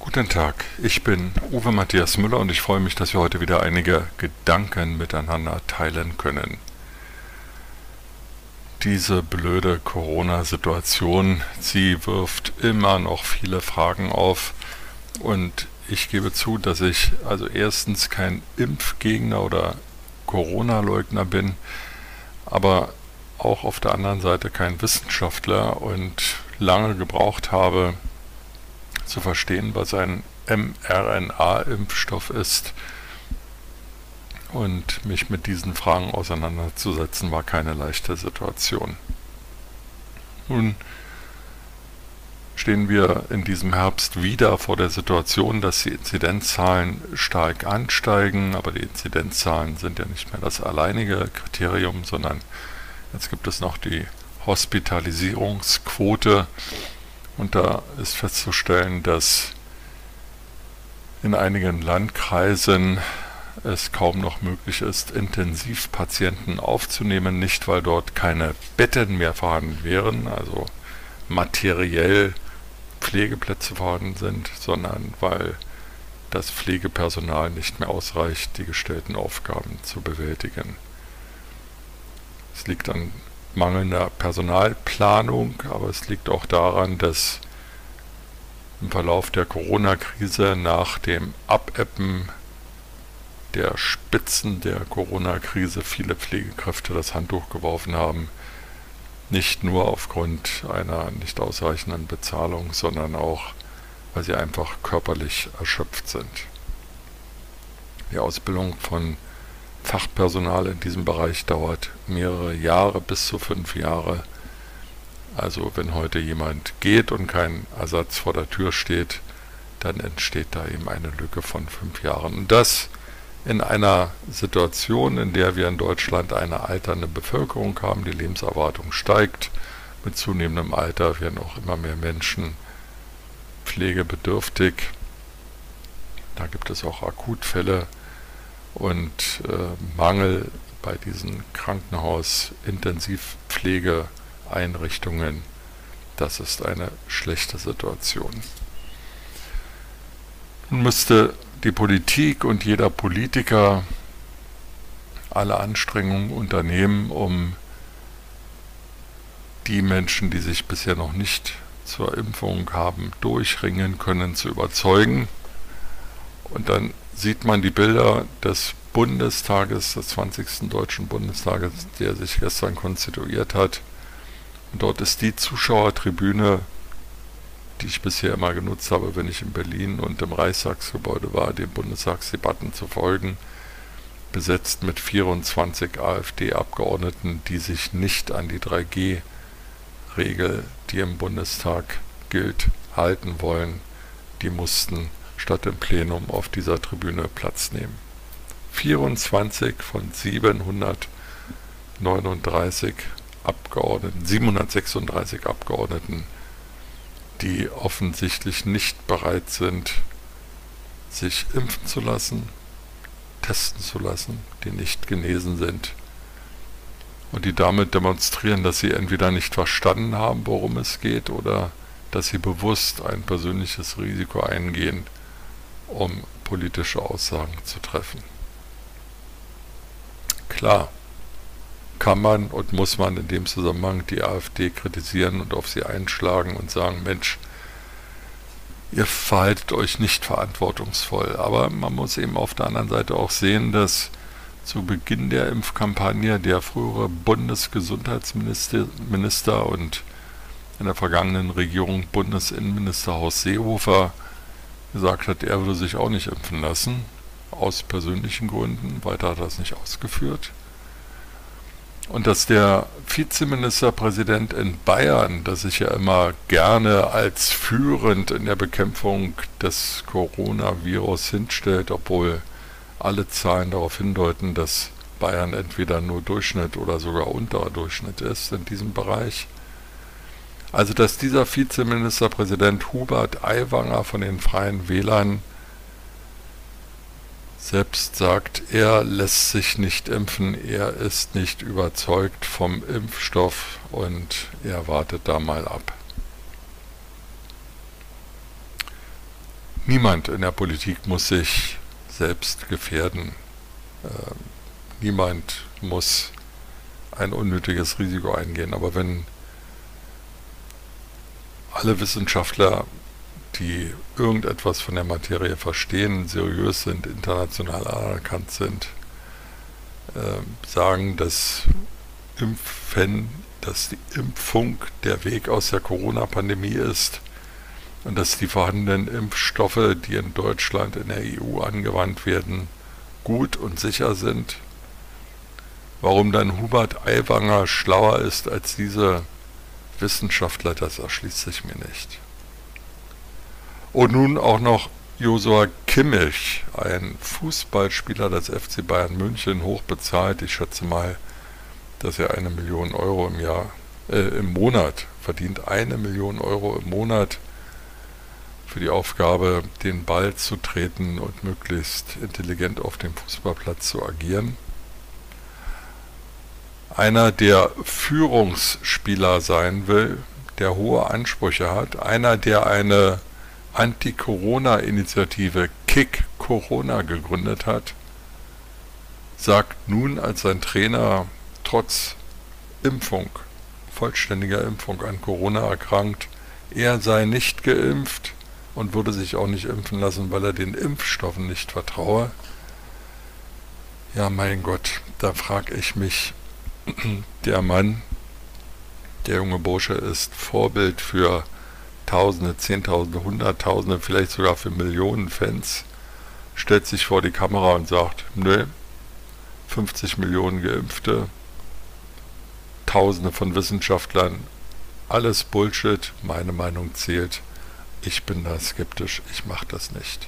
Guten Tag, ich bin Uwe Matthias Müller und ich freue mich, dass wir heute wieder einige Gedanken miteinander teilen können. Diese blöde Corona-Situation, sie wirft immer noch viele Fragen auf und ich gebe zu, dass ich also erstens kein Impfgegner oder Corona-Leugner bin, aber auch auf der anderen Seite kein Wissenschaftler und lange gebraucht habe, zu verstehen, was ein mRNA-Impfstoff ist. Und mich mit diesen Fragen auseinanderzusetzen, war keine leichte Situation. Nun stehen wir in diesem Herbst wieder vor der Situation, dass die Inzidenzzahlen stark ansteigen, aber die Inzidenzzahlen sind ja nicht mehr das alleinige Kriterium, sondern jetzt gibt es noch die Hospitalisierungsquote. Und da ist festzustellen, dass in einigen Landkreisen es kaum noch möglich ist, Intensivpatienten aufzunehmen, nicht weil dort keine Betten mehr vorhanden wären, also materiell Pflegeplätze vorhanden sind, sondern weil das Pflegepersonal nicht mehr ausreicht, die gestellten Aufgaben zu bewältigen. Es liegt an mangelnder Personalplanung, aber es liegt auch daran, dass im Verlauf der Corona-Krise nach dem Abebben der Spitzen der Corona-Krise viele Pflegekräfte das Handtuch geworfen haben, nicht nur aufgrund einer nicht ausreichenden Bezahlung, sondern auch, weil sie einfach körperlich erschöpft sind. Die Ausbildung von Fachpersonal in diesem Bereich dauert mehrere Jahre, bis zu 5 Jahre. Also wenn heute jemand geht und kein Ersatz vor der Tür steht, dann entsteht da eben eine Lücke von 5 Jahren. Und das in einer Situation, in der wir in Deutschland eine alternde Bevölkerung haben, die Lebenserwartung steigt. Mit zunehmendem Alter werden auch immer mehr Menschen pflegebedürftig. Da gibt es auch Akutfälle. Und Mangel bei diesen Krankenhaus-Intensivpflegeeinrichtungen, das ist eine schlechte Situation. Nun müsste die Politik und jeder Politiker alle Anstrengungen unternehmen, um die Menschen, die sich bisher noch nicht zur Impfung haben durchringen können, zu überzeugen. Und dann sieht man die Bilder des Bundestages, des 20. Deutschen Bundestages, der sich gestern konstituiert hat. Und dort ist die Zuschauertribüne, die ich bisher immer genutzt habe, wenn ich in Berlin und im Reichstagsgebäude war, den Bundestagsdebatten zu folgen, besetzt mit 24 AfD-Abgeordneten, die sich nicht an die 3G-Regel, die im Bundestag gilt, halten wollen. Die mussten statt im Plenum auf dieser Tribüne Platz nehmen. 24 von 739 Abgeordneten, 736 Abgeordneten, die offensichtlich nicht bereit sind, sich impfen zu lassen, testen zu lassen, die nicht genesen sind und die damit demonstrieren, dass sie entweder nicht verstanden haben, worum es geht, oder dass sie bewusst ein persönliches Risiko eingehen, um politische Aussagen zu treffen. Klar, kann man und muss man in dem Zusammenhang die AfD kritisieren und auf sie einschlagen und sagen, Mensch, ihr verhaltet euch nicht verantwortungsvoll. Aber man muss eben auf der anderen Seite auch sehen, dass zu Beginn der Impfkampagne der frühere Bundesgesundheitsminister und in der vergangenen Regierung Bundesinnenminister Horst Seehofer gesagt hat, er würde sich auch nicht impfen lassen, aus persönlichen Gründen. Weiter hat er es nicht ausgeführt. Und dass der Vizeministerpräsident in Bayern, der sich ja immer gerne als führend in der Bekämpfung des Coronavirus hinstellt, obwohl alle Zahlen darauf hindeuten, dass Bayern entweder nur Durchschnitt oder sogar Unterdurchschnitt ist in diesem Bereich. Also dass dieser Vizeministerpräsident Hubert Aiwanger von den Freien Wählern selbst sagt, er lässt sich nicht impfen, er ist nicht überzeugt vom Impfstoff und er wartet da mal ab. Niemand in der Politik muss sich selbst gefährden. Niemand muss ein unnötiges Risiko eingehen. Aber wenn alle Wissenschaftler, die irgendetwas von der Materie verstehen, seriös sind, international anerkannt sind, sagen, dass die Impfung der Weg aus der Corona-Pandemie ist und dass die vorhandenen Impfstoffe, die in Deutschland, in der EU angewandt werden, gut und sicher sind. Warum dann Hubert Aiwanger schlauer ist als diese Wissenschaftler, das erschließt sich mir nicht. Und nun auch noch Joshua Kimmich, ein Fußballspieler des FC Bayern München, hochbezahlt. Ich schätze mal, dass er 1 Million Euro im Monat verdient. 1 Million Euro im Monat für die Aufgabe, den Ball zu treten und möglichst intelligent auf dem Fußballplatz zu agieren. Einer, der Führungsspieler sein will, der hohe Ansprüche hat. Einer, der eine Anti-Corona-Initiative Kick Corona gegründet hat, sagt nun als sein Trainer trotz Impfung, vollständiger Impfung an Corona erkrankt, er sei nicht geimpft und würde sich auch nicht impfen lassen, weil er den Impfstoffen nicht vertraue. Ja, mein Gott, da frage ich mich, der Mann, der junge Bursche ist Vorbild für Tausende, Zehntausende, Hunderttausende, vielleicht sogar für Millionen Fans, stellt sich vor die Kamera und sagt, nö, 50 Millionen Geimpfte, Tausende von Wissenschaftlern, alles Bullshit, meine Meinung zählt, ich bin da skeptisch, ich mache das nicht.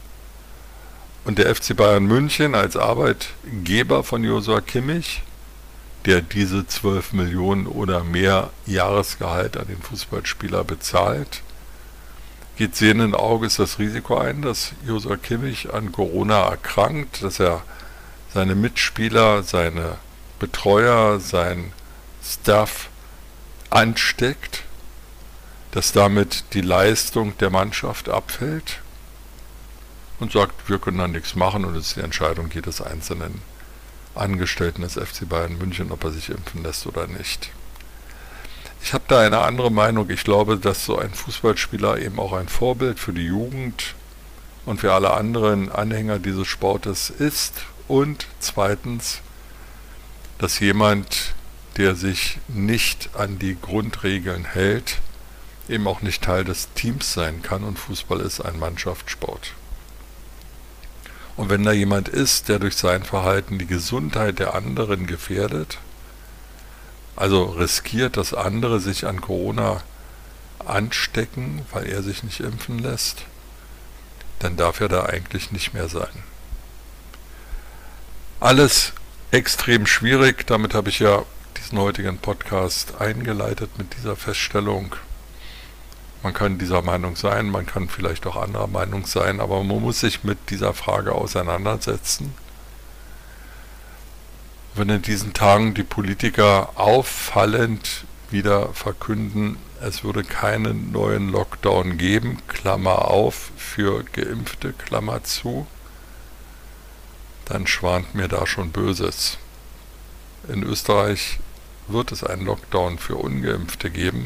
Und der FC Bayern München als Arbeitgeber von Joshua Kimmich, der diese 12 Millionen oder mehr Jahresgehalt an den Fußballspieler bezahlt, geht sehenden Auges das Risiko ein, dass Joshua Kimmich an Corona erkrankt, dass er seine Mitspieler, seine Betreuer, sein Staff ansteckt, dass damit die Leistung der Mannschaft abfällt und sagt, wir können da nichts machen und es ist die Entscheidung jedes einzelnen Angestellten des FC Bayern München, ob er sich impfen lässt oder nicht. Ich habe da eine andere Meinung. Ich glaube, dass so ein Fußballspieler eben auch ein Vorbild für die Jugend und für alle anderen Anhänger dieses Sportes ist. Und zweitens, dass jemand, der sich nicht an die Grundregeln hält, eben auch nicht Teil des Teams sein kann und Fußball ist ein Mannschaftssport. Und wenn da jemand ist, der durch sein Verhalten die Gesundheit der anderen gefährdet, also riskiert, dass andere sich an Corona anstecken, weil er sich nicht impfen lässt, dann darf er da eigentlich nicht mehr sein. Alles extrem schwierig, damit habe ich ja diesen heutigen Podcast eingeleitet mit dieser Feststellung. Man kann dieser Meinung sein, man kann vielleicht auch anderer Meinung sein, aber man muss sich mit dieser Frage auseinandersetzen. Wenn in diesen Tagen die Politiker auffallend wieder verkünden, es würde keinen neuen Lockdown geben, Klammer auf, für Geimpfte, Klammer zu, dann schwant mir da schon Böses. In Österreich wird es einen Lockdown für Ungeimpfte geben.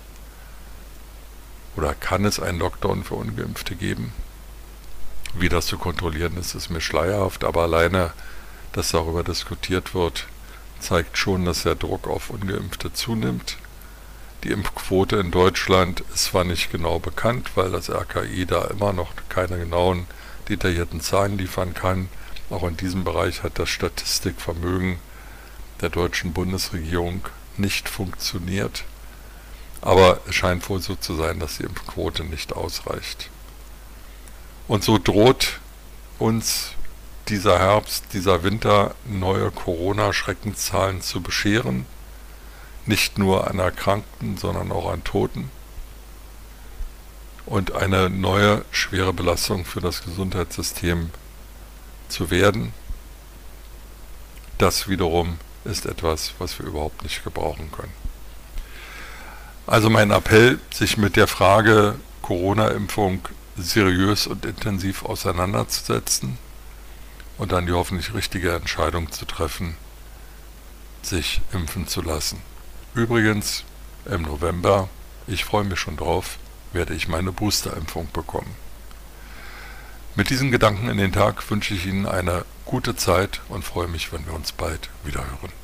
Oder kann es einen Lockdown für Ungeimpfte geben? Wie das zu kontrollieren ist, ist mir schleierhaft, aber alleine, dass darüber diskutiert wird, zeigt schon, dass der Druck auf Ungeimpfte zunimmt. Die Impfquote in Deutschland ist zwar nicht genau bekannt, weil das RKI da immer noch keine genauen, detaillierten Zahlen liefern kann. Auch in diesem Bereich hat das Statistikvermögen der deutschen Bundesregierung nicht funktioniert. Aber es scheint wohl so zu sein, dass die Impfquote nicht ausreicht. Und so droht uns dieser Herbst, dieser Winter neue Corona-Schreckenszahlen zu bescheren. Nicht nur an Erkrankten, sondern auch an Toten. Und eine neue schwere Belastung für das Gesundheitssystem zu werden. Das wiederum ist etwas, was wir überhaupt nicht gebrauchen können. Also mein Appell, sich mit der Frage Corona-Impfung seriös und intensiv auseinanderzusetzen und dann die hoffentlich richtige Entscheidung zu treffen, sich impfen zu lassen. Übrigens, im November, ich freue mich schon drauf, werde ich meine Boosterimpfung bekommen. Mit diesen Gedanken in den Tag wünsche ich Ihnen eine gute Zeit und freue mich, wenn wir uns bald wieder hören.